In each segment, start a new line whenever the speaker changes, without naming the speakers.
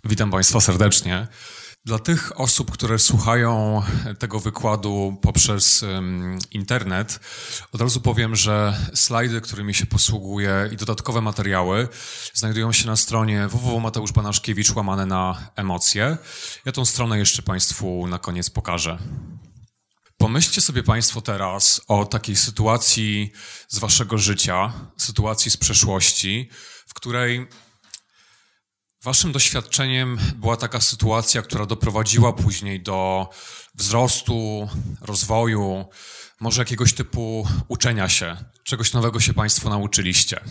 Witam Państwa serdecznie. Dla tych osób, które słuchają tego wykładu poprzez internet, od razu powiem, że slajdy, którymi się posługuję i dodatkowe materiały znajdują się na stronie www.mateuszbanaszkiewicz/emocje. Ja tą stronę jeszcze Państwu na koniec pokażę. Pomyślcie sobie Państwo teraz o takiej sytuacji z Waszego życia, sytuacji z przeszłości, w której Waszym doświadczeniem była taka sytuacja, która doprowadziła później do wzrostu, rozwoju, może jakiegoś typu uczenia się, czegoś nowego się Państwo nauczyliście.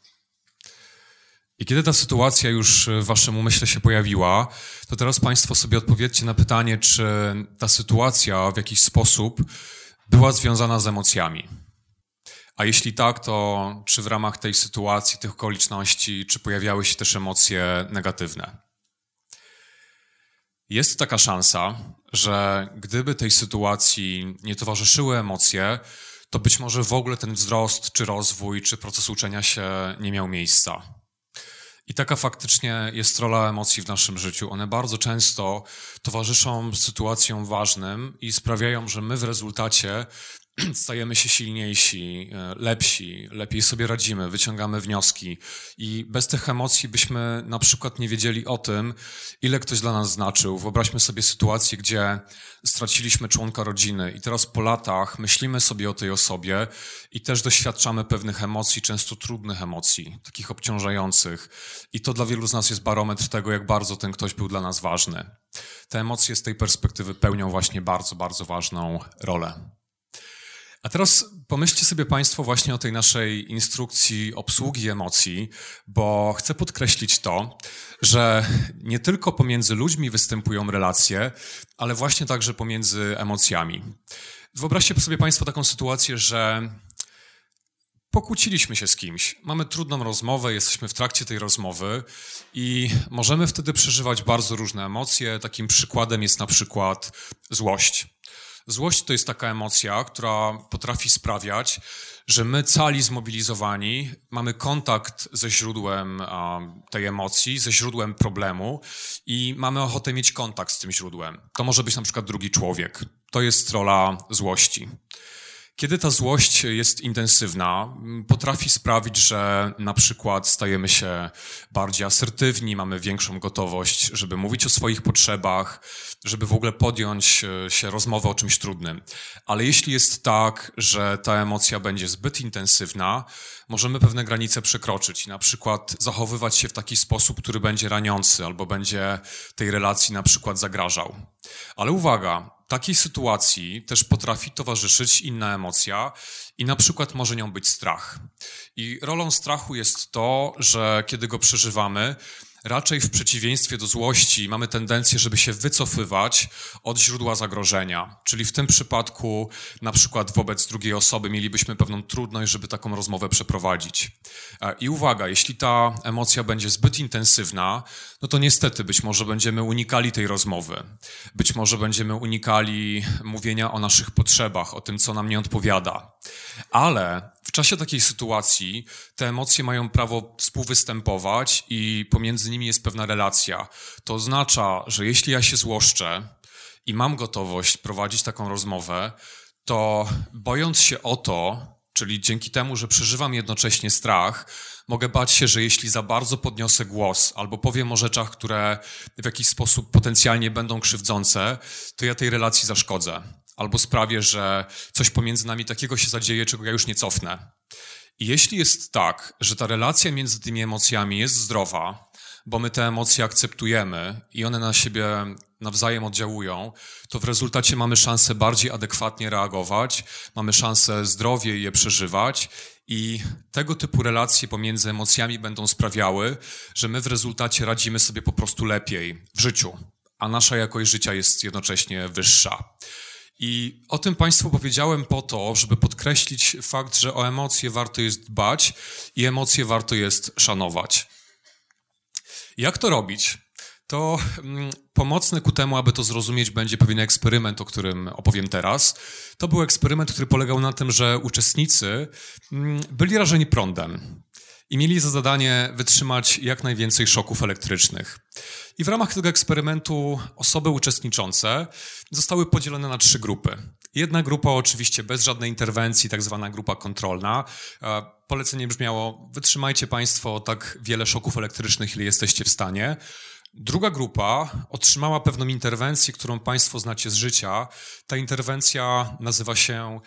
I kiedy ta sytuacja już w Waszym umyśle się pojawiła, to teraz Państwo sobie odpowiedzcie na pytanie, czy ta sytuacja w jakiś sposób była związana z emocjami. A jeśli tak, to czy w ramach tej sytuacji, tych okoliczności, czy pojawiały się też emocje negatywne? Jest taka szansa, że gdyby tej sytuacji nie towarzyszyły emocje, to być może w ogóle ten wzrost, czy rozwój, czy proces uczenia się nie miał miejsca. I taka faktycznie jest rola emocji w naszym życiu. One bardzo często towarzyszą sytuacjom ważnym i sprawiają, że my w rezultacie stajemy się silniejsi, lepsi, lepiej sobie radzimy, wyciągamy wnioski i bez tych emocji byśmy na przykład nie wiedzieli o tym, ile ktoś dla nas znaczył. Wyobraźmy sobie sytuację, gdzie straciliśmy członka rodziny i teraz po latach myślimy sobie o tej osobie i też doświadczamy pewnych emocji, często trudnych emocji, takich obciążających i to dla wielu z nas jest barometr tego, jak bardzo ten ktoś był dla nas ważny. Te emocje z tej perspektywy pełnią właśnie bardzo, bardzo ważną rolę. A teraz pomyślcie sobie Państwo właśnie o tej naszej instrukcji obsługi emocji, bo chcę podkreślić to, że nie tylko pomiędzy ludźmi występują relacje, ale właśnie także pomiędzy emocjami. Wyobraźcie sobie Państwo taką sytuację, że pokłóciliśmy się z kimś, mamy trudną rozmowę, jesteśmy w trakcie tej rozmowy i możemy wtedy przeżywać bardzo różne emocje. Takim przykładem jest na przykład złość. Złość to jest taka emocja, która potrafi sprawiać, że my cali zmobilizowani mamy kontakt ze źródłem tej emocji, ze źródłem problemu i mamy ochotę mieć kontakt z tym źródłem. To może być na przykład drugi człowiek. To jest rola złości. Kiedy ta złość jest intensywna, potrafi sprawić, że na przykład stajemy się bardziej asertywni, mamy większą gotowość, żeby mówić o swoich potrzebach, żeby w ogóle podjąć się rozmowy o czymś trudnym. Ale jeśli jest tak, że ta emocja będzie zbyt intensywna, możemy pewne granice przekroczyć i na przykład zachowywać się w taki sposób, który będzie raniący albo będzie tej relacji na przykład zagrażał. Ale uwaga, takiej sytuacji też potrafi towarzyszyć inna emocja i na przykład może nią być strach. I rolą strachu jest to, że kiedy go przeżywamy, raczej w przeciwieństwie do złości mamy tendencję, żeby się wycofywać od źródła zagrożenia. Czyli w tym przypadku na przykład wobec drugiej osoby mielibyśmy pewną trudność, żeby taką rozmowę przeprowadzić. I uwaga, jeśli ta emocja będzie zbyt intensywna, no to niestety być może będziemy unikali tej rozmowy. Być może będziemy unikali mówienia o naszych potrzebach, o tym, co nam nie odpowiada. Ale w czasie takiej sytuacji te emocje mają prawo współwystępować i pomiędzy nimi jest pewna relacja. To oznacza, że jeśli ja się złoszczę i mam gotowość prowadzić taką rozmowę, to bojąc się o to, czyli dzięki temu, że przeżywam jednocześnie strach, mogę bać się, że jeśli za bardzo podniosę głos albo powiem o rzeczach, które w jakiś sposób potencjalnie będą krzywdzące, to ja tej relacji zaszkodzę. Albo sprawię, że coś pomiędzy nami takiego się zadzieje, czego ja już nie cofnę. I jeśli jest tak, że ta relacja między tymi emocjami jest zdrowa, bo my te emocje akceptujemy i one na siebie nawzajem oddziałują, to w rezultacie mamy szansę bardziej adekwatnie reagować, mamy szansę zdrowiej je przeżywać i tego typu relacje pomiędzy emocjami będą sprawiały, że my w rezultacie radzimy sobie po prostu lepiej w życiu, a nasza jakość życia jest jednocześnie wyższa. I o tym Państwu powiedziałem po to, żeby podkreślić fakt, że o emocje warto jest dbać i emocje warto jest szanować. Jak to robić? To pomocny ku temu, aby to zrozumieć, będzie pewien eksperyment, o którym opowiem teraz. To był eksperyment, który polegał na tym, że uczestnicy byli rażeni prądem. i mieli za zadanie wytrzymać jak najwięcej szoków elektrycznych. I w ramach tego eksperymentu osoby uczestniczące zostały podzielone na 3 grupy. Jedna grupa oczywiście bez żadnej interwencji, tak zwana grupa kontrolna. Polecenie brzmiało: wytrzymajcie Państwo tak wiele szoków elektrycznych, ile jesteście w stanie. Druga grupa otrzymała pewną interwencję, którą Państwo znacie z życia. Ta interwencja nazywa się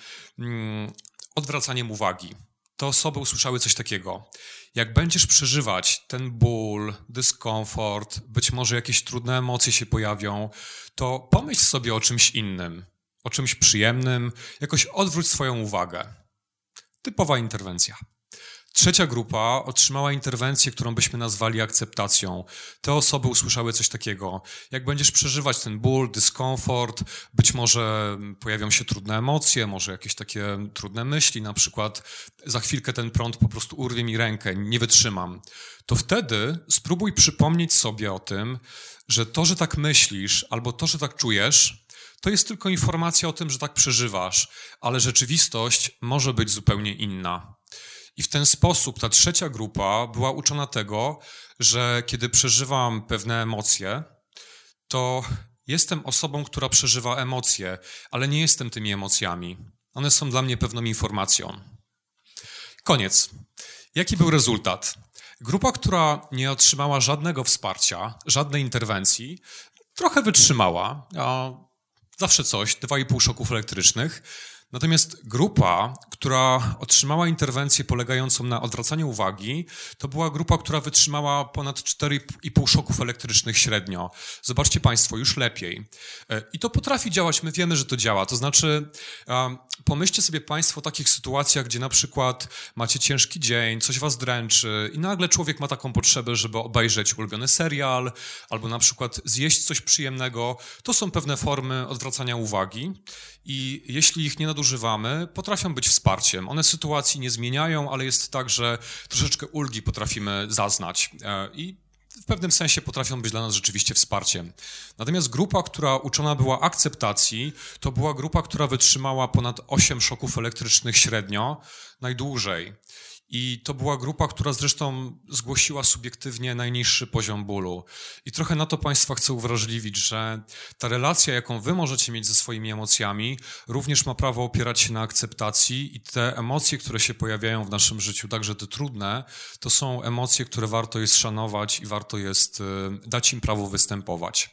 odwracaniem uwagi. Te osoby usłyszały coś takiego: jak będziesz przeżywać ten ból, dyskomfort, być może jakieś trudne emocje się pojawią, to pomyśl sobie o czymś innym, o czymś przyjemnym, jakoś odwróć swoją uwagę. Typowa interwencja. Trzecia grupa otrzymała interwencję, którą byśmy nazwali akceptacją. Te osoby usłyszały coś takiego: jak będziesz przeżywać ten ból, dyskomfort, być może pojawią się trudne emocje, może jakieś takie trudne myśli, na przykład za chwilkę ten prąd po prostu urwie mi rękę, nie wytrzymam. To wtedy spróbuj przypomnieć sobie o tym, że to, że tak myślisz, albo to, że tak czujesz, to jest tylko informacja o tym, że tak przeżywasz, ale rzeczywistość może być zupełnie inna. I w ten sposób ta trzecia grupa była uczona tego, że kiedy przeżywam pewne emocje, to jestem osobą, która przeżywa emocje, ale nie jestem tymi emocjami. One są dla mnie pewną informacją. Koniec. Jaki był rezultat? Grupa, która nie otrzymała żadnego wsparcia, żadnej interwencji, trochę wytrzymała, a zawsze coś, 2,5 szoków elektrycznych. Natomiast grupa, która otrzymała interwencję polegającą na odwracaniu uwagi, to była grupa, która wytrzymała ponad 4,5 szoków elektrycznych średnio. Zobaczcie Państwo, już lepiej. I to potrafi działać, my wiemy, że to działa. To znaczy, pomyślcie sobie Państwo o takich sytuacjach, gdzie na przykład macie ciężki dzień, coś Was dręczy i nagle człowiek ma taką potrzebę, żeby obejrzeć ulubiony serial albo na przykład zjeść coś przyjemnego. To są pewne formy odwracania uwagi i jeśli ich nie nadużywamy, potrafią być wsparciem. One sytuacji nie zmieniają, ale jest tak, że troszeczkę ulgi potrafimy zaznać i w pewnym sensie potrafią być dla nas rzeczywiście wsparciem. Natomiast grupa, która uczona była akceptacji, to była grupa, która wytrzymała ponad 8 szoków elektrycznych średnio, najdłużej. I to była grupa, która zresztą zgłosiła subiektywnie najniższy poziom bólu. I trochę na to Państwa chcę uwrażliwić, że ta relacja, jaką Wy możecie mieć ze swoimi emocjami, również ma prawo opierać się na akceptacji i te emocje, które się pojawiają w naszym życiu, także te trudne, to są emocje, które warto jest szanować i warto jest dać im prawo występować.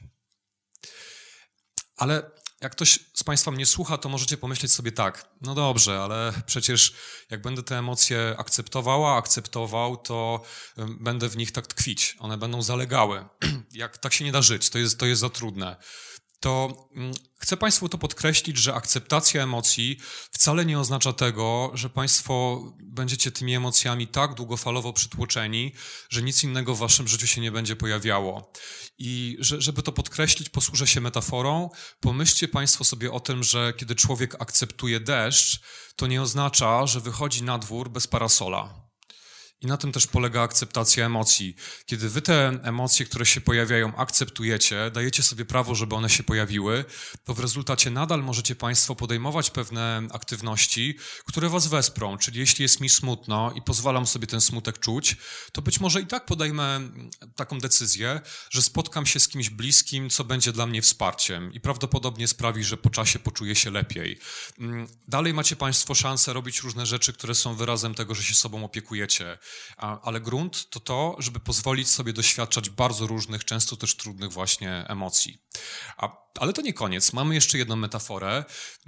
Ale jak ktoś z Państwa mnie słucha, to możecie pomyśleć sobie tak: no dobrze, ale przecież jak będę te emocje akceptował, to będę w nich tak tkwić. One będą zalegały. Tak się nie da żyć, to jest za trudne. To chcę Państwu to podkreślić, że akceptacja emocji wcale nie oznacza tego, że Państwo będziecie tymi emocjami tak długofalowo przytłoczeni, że nic innego w Waszym życiu się nie będzie pojawiało. I żeby to podkreślić, posłużę się metaforą. Pomyślcie Państwo sobie o tym, że kiedy człowiek akceptuje deszcz, to nie oznacza, że wychodzi na dwór bez parasola. I na tym też polega akceptacja emocji. Kiedy wy te emocje, które się pojawiają, akceptujecie, dajecie sobie prawo, żeby one się pojawiły, to w rezultacie nadal możecie Państwo podejmować pewne aktywności, które was wesprą. Czyli jeśli jest mi smutno i pozwalam sobie ten smutek czuć, to być może i tak podejmę taką decyzję, że spotkam się z kimś bliskim, co będzie dla mnie wsparciem i prawdopodobnie sprawi, że po czasie poczuję się lepiej. Dalej macie Państwo szansę robić różne rzeczy, które są wyrazem tego, że się sobą opiekujecie. Ale grunt to, żeby pozwolić sobie doświadczać bardzo różnych, często też trudnych właśnie emocji. Ale to nie koniec. Mamy jeszcze jedną metaforę.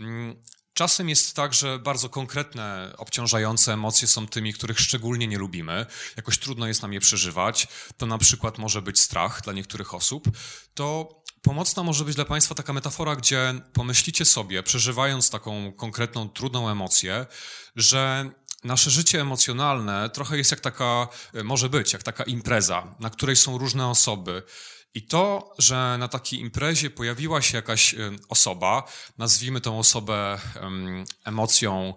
Czasem jest tak, że bardzo konkretne, obciążające emocje są tymi, których szczególnie nie lubimy. Jakoś trudno jest nam je przeżywać. To na przykład może być strach dla niektórych osób. To pomocna może być dla Państwa taka metafora, gdzie pomyślicie sobie, przeżywając taką konkretną, trudną emocję, że nasze życie emocjonalne trochę jest może być jak taka impreza, na której są różne osoby. I to, że na takiej imprezie pojawiła się jakaś osoba, nazwijmy tą osobę emocją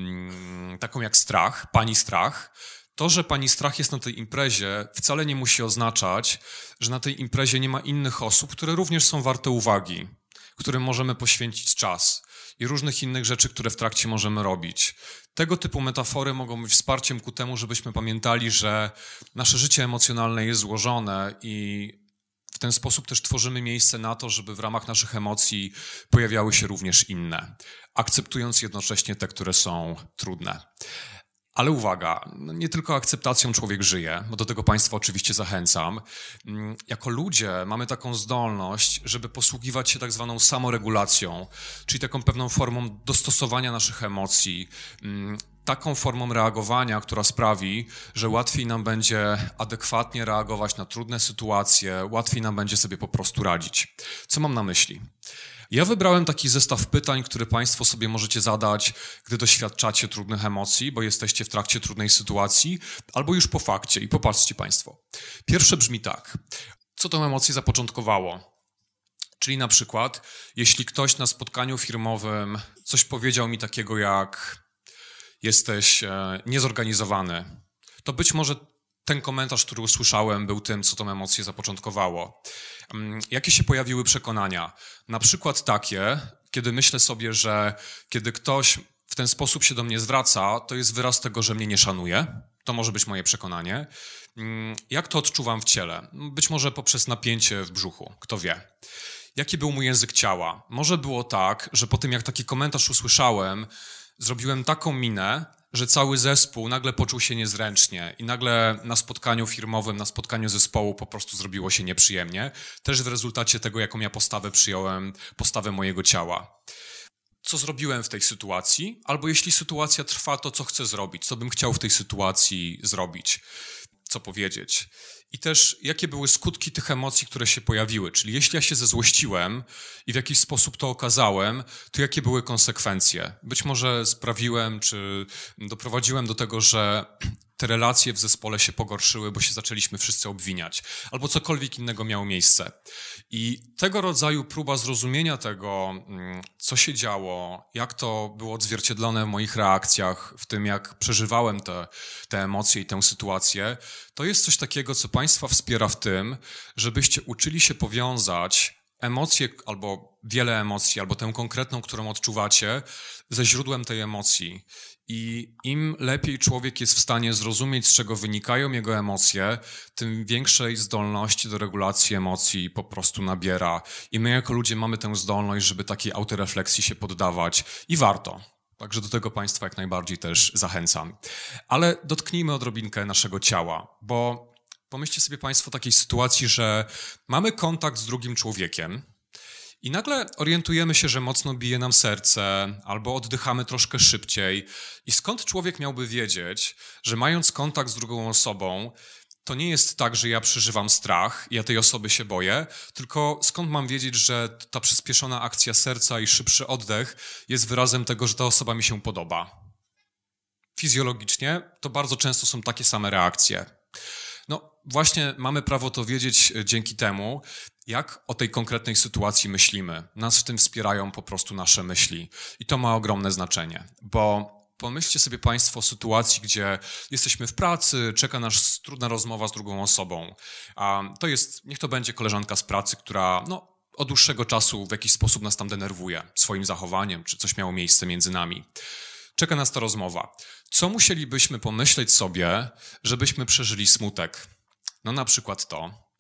taką jak strach, pani strach, to, że pani strach jest na tej imprezie, wcale nie musi oznaczać, że na tej imprezie nie ma innych osób, które również są warte uwagi, którym możemy poświęcić czas. i różnych innych rzeczy, które w trakcie możemy robić. Tego typu metafory mogą być wsparciem ku temu, żebyśmy pamiętali, że nasze życie emocjonalne jest złożone i w ten sposób też tworzymy miejsce na to, żeby w ramach naszych emocji pojawiały się również inne, akceptując jednocześnie te, które są trudne. Ale uwaga, nie tylko akceptacją człowiek żyje, bo do tego Państwa oczywiście zachęcam. Jako ludzie mamy taką zdolność, żeby posługiwać się tak zwaną samoregulacją, czyli taką pewną formą dostosowania naszych emocji, taką formą reagowania, która sprawi, że łatwiej nam będzie adekwatnie reagować na trudne sytuacje, łatwiej nam będzie sobie po prostu radzić. Co mam na myśli? Ja wybrałem taki zestaw pytań, które Państwo sobie możecie zadać, gdy doświadczacie trudnych emocji, bo jesteście w trakcie trudnej sytuacji, albo już po fakcie. I popatrzcie Państwo. Pierwsze brzmi tak. Co tą emocję zapoczątkowało? Czyli na przykład, jeśli ktoś na spotkaniu firmowym coś powiedział mi takiego jak jesteś niezorganizowany, to być może ten komentarz, który usłyszałem, był tym, co tą emocję zapoczątkowało. Jakie się pojawiły przekonania? Na przykład takie, kiedy myślę sobie, że kiedy ktoś w ten sposób się do mnie zwraca, to jest wyraz tego, że mnie nie szanuje. To może być moje przekonanie. Jak to odczuwam w ciele? Być może poprzez napięcie w brzuchu, kto wie. Jaki był mój język ciała? Może było tak, że po tym jak taki komentarz usłyszałem, zrobiłem taką minę, że cały zespół nagle poczuł się niezręcznie i nagle na spotkaniu firmowym, na spotkaniu zespołu po prostu zrobiło się nieprzyjemnie. Też w rezultacie tego, jaką ja postawę przyjąłem, postawę mojego ciała. Co zrobiłem w tej sytuacji? Albo jeśli sytuacja trwa, to co chcę zrobić? Co bym chciał w tej sytuacji zrobić? Co powiedzieć? I też jakie były skutki tych emocji, które się pojawiły. Czyli jeśli ja się zezłościłem i w jakiś sposób to okazałem, to jakie były konsekwencje? Być może sprawiłem, czy doprowadziłem do tego, że te relacje w zespole się pogorszyły, bo się zaczęliśmy wszyscy obwiniać. Albo cokolwiek innego miało miejsce. I tego rodzaju próba zrozumienia tego, co się działo, jak to było odzwierciedlone w moich reakcjach, w tym jak przeżywałem te emocje i tę sytuację, to jest coś takiego, co Państwa wspiera w tym, żebyście uczyli się powiązać emocje albo wiele emocji, albo tę konkretną, którą odczuwacie, ze źródłem tej emocji. I im lepiej człowiek jest w stanie zrozumieć, z czego wynikają jego emocje, tym większej zdolności do regulacji emocji po prostu nabiera. I my jako ludzie mamy tę zdolność, żeby takiej autorefleksji się poddawać i warto. Także do tego Państwa jak najbardziej też zachęcam. Ale dotknijmy odrobinkę naszego ciała, bo pomyślcie sobie Państwo takiej sytuacji, że mamy kontakt z drugim człowiekiem i nagle orientujemy się, że mocno bije nam serce albo oddychamy troszkę szybciej. I skąd człowiek miałby wiedzieć, że mając kontakt z drugą osobą, to nie jest tak, że ja przeżywam strach, ja tej osoby się boję, tylko skąd mam wiedzieć, że ta przyspieszona akcja serca i szybszy oddech jest wyrazem tego, że ta osoba mi się podoba. Fizjologicznie to bardzo często są takie same reakcje. No właśnie mamy prawo to wiedzieć dzięki temu, jak o tej konkretnej sytuacji myślimy. Nas w tym wspierają po prostu nasze myśli. I to ma ogromne znaczenie, bo pomyślcie sobie Państwo o sytuacji, gdzie jesteśmy w pracy, czeka nas trudna rozmowa z drugą osobą. Niech to będzie koleżanka z pracy, która od dłuższego czasu w jakiś sposób nas tam denerwuje swoim zachowaniem, czy coś miało miejsce między nami. Czeka nas ta rozmowa. Co musielibyśmy pomyśleć sobie, żebyśmy przeżyli smutek? No na przykład to,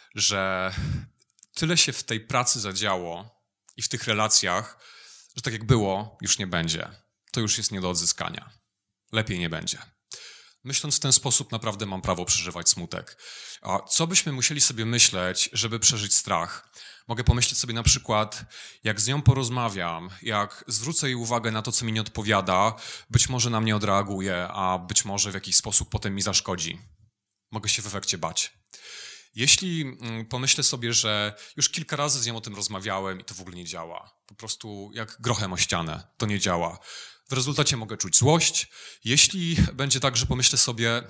że tyle się w tej pracy zadziało i w tych relacjach, że tak jak było, już nie będzie. To już jest nie do odzyskania. Lepiej nie będzie. Myśląc w ten sposób, naprawdę mam prawo przeżywać smutek. A co byśmy musieli sobie myśleć, żeby przeżyć strach? Mogę pomyśleć sobie na przykład, jak z nią porozmawiam, jak zwrócę jej uwagę na to, co mi nie odpowiada, być może na mnie odreaguje, a być może w jakiś sposób potem mi zaszkodzi. Mogę się w efekcie bać. Jeśli pomyślę sobie, że już kilka razy z nią o tym rozmawiałem i to w ogóle nie działa, po prostu jak grochem o ścianę, to nie działa. W rezultacie mogę czuć złość. Jeśli będzie tak, że pomyślę sobie,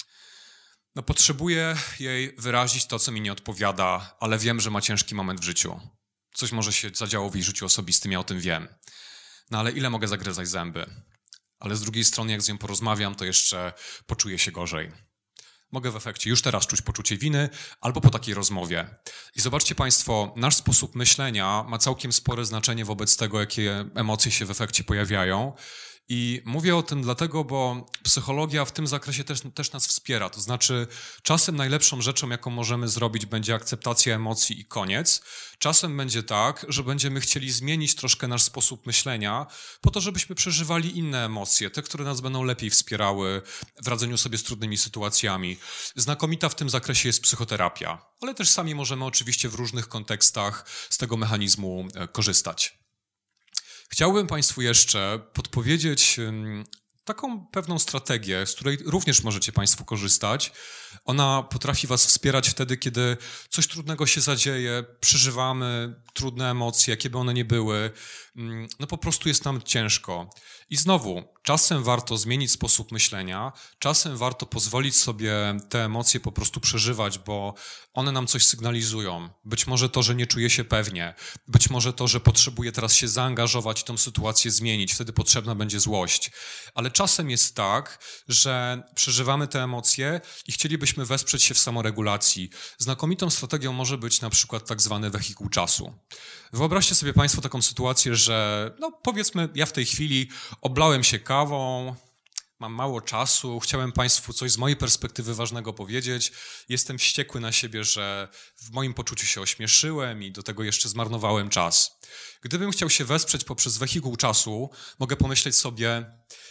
potrzebuję jej wyrazić to, co mi nie odpowiada, ale wiem, że ma ciężki moment w życiu. Coś może się zadziało w jej życiu osobistym, ja o tym wiem. Ale ile mogę zagryzać zęby? Ale z drugiej strony, jak z nią porozmawiam, to jeszcze poczuję się gorzej. Mogę w efekcie już teraz czuć poczucie winy albo po takiej rozmowie. I zobaczcie Państwo, nasz sposób myślenia ma całkiem spore znaczenie wobec tego, jakie emocje się w efekcie pojawiają. I mówię o tym dlatego, bo psychologia w tym zakresie też nas wspiera. To znaczy, czasem najlepszą rzeczą, jaką możemy zrobić, będzie akceptacja emocji i koniec. Czasem będzie tak, że będziemy chcieli zmienić troszkę nasz sposób myślenia, po to, żebyśmy przeżywali inne emocje, te, które nas będą lepiej wspierały w radzeniu sobie z trudnymi sytuacjami. Znakomita w tym zakresie jest psychoterapia, ale też sami możemy oczywiście w różnych kontekstach z tego mechanizmu korzystać. Chciałbym Państwu jeszcze podpowiedzieć taką pewną strategię, z której również możecie Państwo korzystać. Ona potrafi Was wspierać wtedy, kiedy coś trudnego się zadzieje, przeżywamy trudne emocje, jakie by one nie były. No po prostu jest nam ciężko. I znowu, czasem warto zmienić sposób myślenia, czasem warto pozwolić sobie te emocje po prostu przeżywać, bo one nam coś sygnalizują. Być może to, że nie czuję się pewnie, być może to, że potrzebuję teraz się zaangażować i tą sytuację zmienić, wtedy potrzebna będzie złość. Ale czasem jest tak, że przeżywamy te emocje i chcielibyśmy wesprzeć się w samoregulacji. Znakomitą strategią może być na przykład tak zwany wehikuł czasu. Wyobraźcie sobie Państwo taką sytuację, że no powiedzmy ja w tej chwili oblałem się kawą, mam mało czasu, chciałem Państwu coś z mojej perspektywy ważnego powiedzieć. Jestem wściekły na siebie, że w moim poczuciu się ośmieszyłem i do tego jeszcze zmarnowałem czas. Gdybym chciał się wesprzeć poprzez wehikuł czasu, mogę pomyśleć sobie,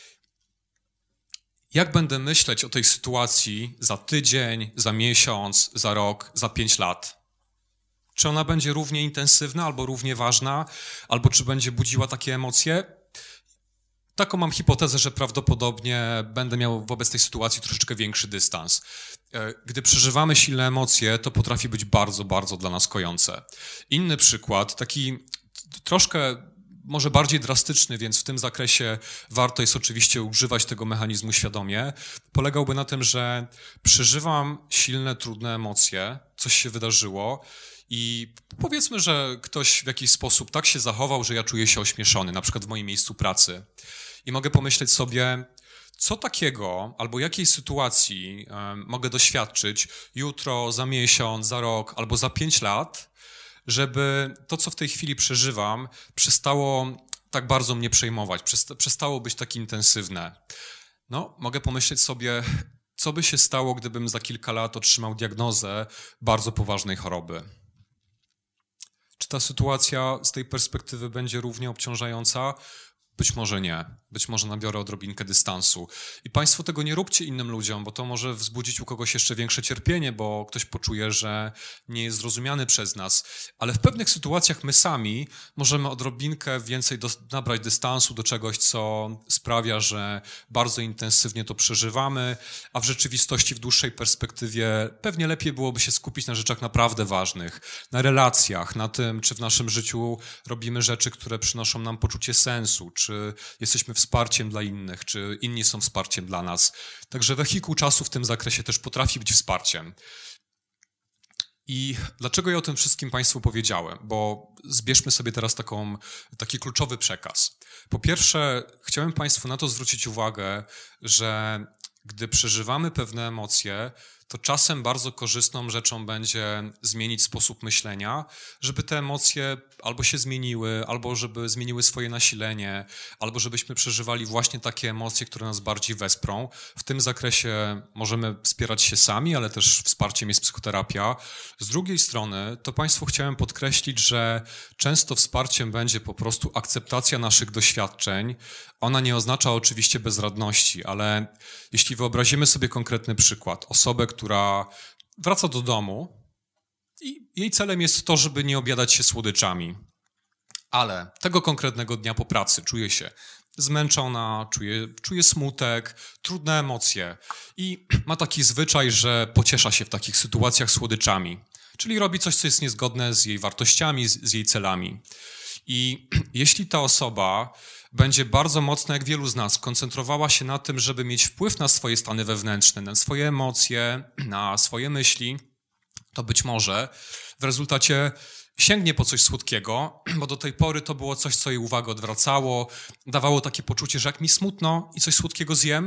jak będę myśleć o tej sytuacji za tydzień, za miesiąc, za rok, za 5 lat. Czy ona będzie równie intensywna albo równie ważna, albo czy będzie budziła takie emocje? Taką mam hipotezę, że prawdopodobnie będę miał wobec tej sytuacji troszeczkę większy dystans. Gdy przeżywamy silne emocje, to potrafi być bardzo, bardzo dla nas kojące. Inny przykład, taki troszkę może bardziej drastyczny, więc w tym zakresie warto jest oczywiście używać tego mechanizmu świadomie, polegałby na tym, że przeżywam silne, trudne emocje, coś się wydarzyło i powiedzmy, że ktoś w jakiś sposób tak się zachował, że ja czuję się ośmieszony, na przykład w moim miejscu pracy. I mogę pomyśleć sobie, co takiego albo jakiej sytuacji mogę doświadczyć jutro, za miesiąc, za rok albo za 5 lat, żeby to, co w tej chwili przeżywam, przestało tak bardzo mnie przejmować, przestało być tak intensywne. No, mogę pomyśleć sobie, co by się stało, gdybym za kilka lat otrzymał diagnozę bardzo poważnej choroby. Czy ta sytuacja z tej perspektywy będzie równie obciążająca? Być może nie. Być może nabiorę odrobinkę dystansu. I Państwo tego nie róbcie innym ludziom, bo to może wzbudzić u kogoś jeszcze większe cierpienie, bo ktoś poczuje, że nie jest zrozumiany przez nas. Ale w pewnych sytuacjach my sami możemy odrobinkę więcej nabrać dystansu do czegoś, co sprawia, że bardzo intensywnie to przeżywamy, a w rzeczywistości w dłuższej perspektywie pewnie lepiej byłoby się skupić na rzeczach naprawdę ważnych, na relacjach, na tym, czy w naszym życiu robimy rzeczy, które przynoszą nam poczucie sensu, czy jesteśmy wsparciem dla innych, czy inni są wsparciem dla nas. Także wehikuł czasu w tym zakresie też potrafi być wsparciem. I dlaczego ja o tym wszystkim Państwu powiedziałem? Bo zbierzmy sobie teraz taki kluczowy przekaz. Po pierwsze, chciałem Państwu na to zwrócić uwagę, że gdy przeżywamy pewne emocje, to czasem bardzo korzystną rzeczą będzie zmienić sposób myślenia, żeby te emocje albo się zmieniły, albo żeby zmieniły swoje nasilenie, albo żebyśmy przeżywali właśnie takie emocje, które nas bardziej wesprą. W tym zakresie możemy wspierać się sami, ale też wsparciem jest psychoterapia. Z drugiej strony, to Państwu chciałem podkreślić, że często wsparciem będzie po prostu akceptacja naszych doświadczeń. Ona nie oznacza oczywiście bezradności, ale jeśli wyobrazimy sobie konkretny przykład, osobę, która wraca do domu i jej celem jest to, żeby nie obiadać się słodyczami, ale tego konkretnego dnia po pracy czuje się zmęczona, czuje smutek, trudne emocje i ma taki zwyczaj, że pociesza się w takich sytuacjach słodyczami, czyli robi coś, co jest niezgodne z jej wartościami, z jej celami. I jeśli ta osoba będzie bardzo mocno, jak wielu z nas, koncentrowała się na tym, żeby mieć wpływ na swoje stany wewnętrzne, na swoje emocje, na swoje myśli, to być może w rezultacie sięgnie po coś słodkiego, bo do tej pory to było coś, co jej uwagę odwracało, dawało takie poczucie, że jak mi smutno i coś słodkiego zjem,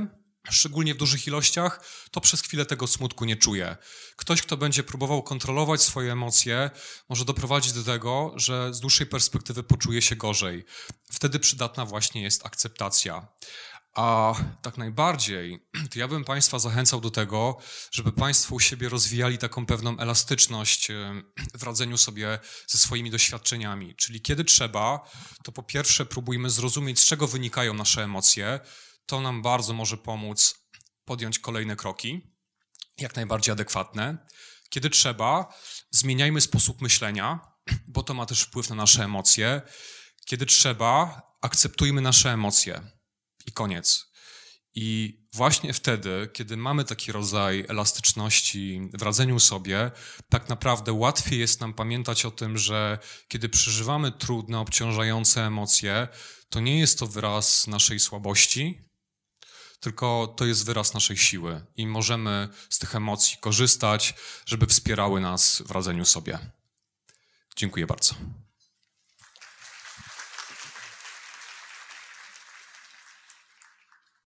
szczególnie w dużych ilościach, to przez chwilę tego smutku nie czuje. Ktoś, kto będzie próbował kontrolować swoje emocje, może doprowadzić do tego, że z dłuższej perspektywy poczuje się gorzej. Wtedy przydatna właśnie jest akceptacja. A tak najbardziej, to ja bym Państwa zachęcał do tego, żeby Państwo u siebie rozwijali taką pewną elastyczność w radzeniu sobie ze swoimi doświadczeniami. Czyli kiedy trzeba, to po pierwsze próbujmy zrozumieć, z czego wynikają nasze emocje. To nam bardzo może pomóc podjąć kolejne kroki, jak najbardziej adekwatne. Kiedy trzeba, zmieniajmy sposób myślenia, bo to ma też wpływ na nasze emocje. Kiedy trzeba, akceptujmy nasze emocje. I koniec. I właśnie wtedy, kiedy mamy taki rodzaj elastyczności w radzeniu sobie, tak naprawdę łatwiej jest nam pamiętać o tym, że kiedy przeżywamy trudne, obciążające emocje, to nie jest to wyraz naszej słabości, tylko to jest wyraz naszej siły i możemy z tych emocji korzystać, żeby wspierały nas w radzeniu sobie. Dziękuję bardzo.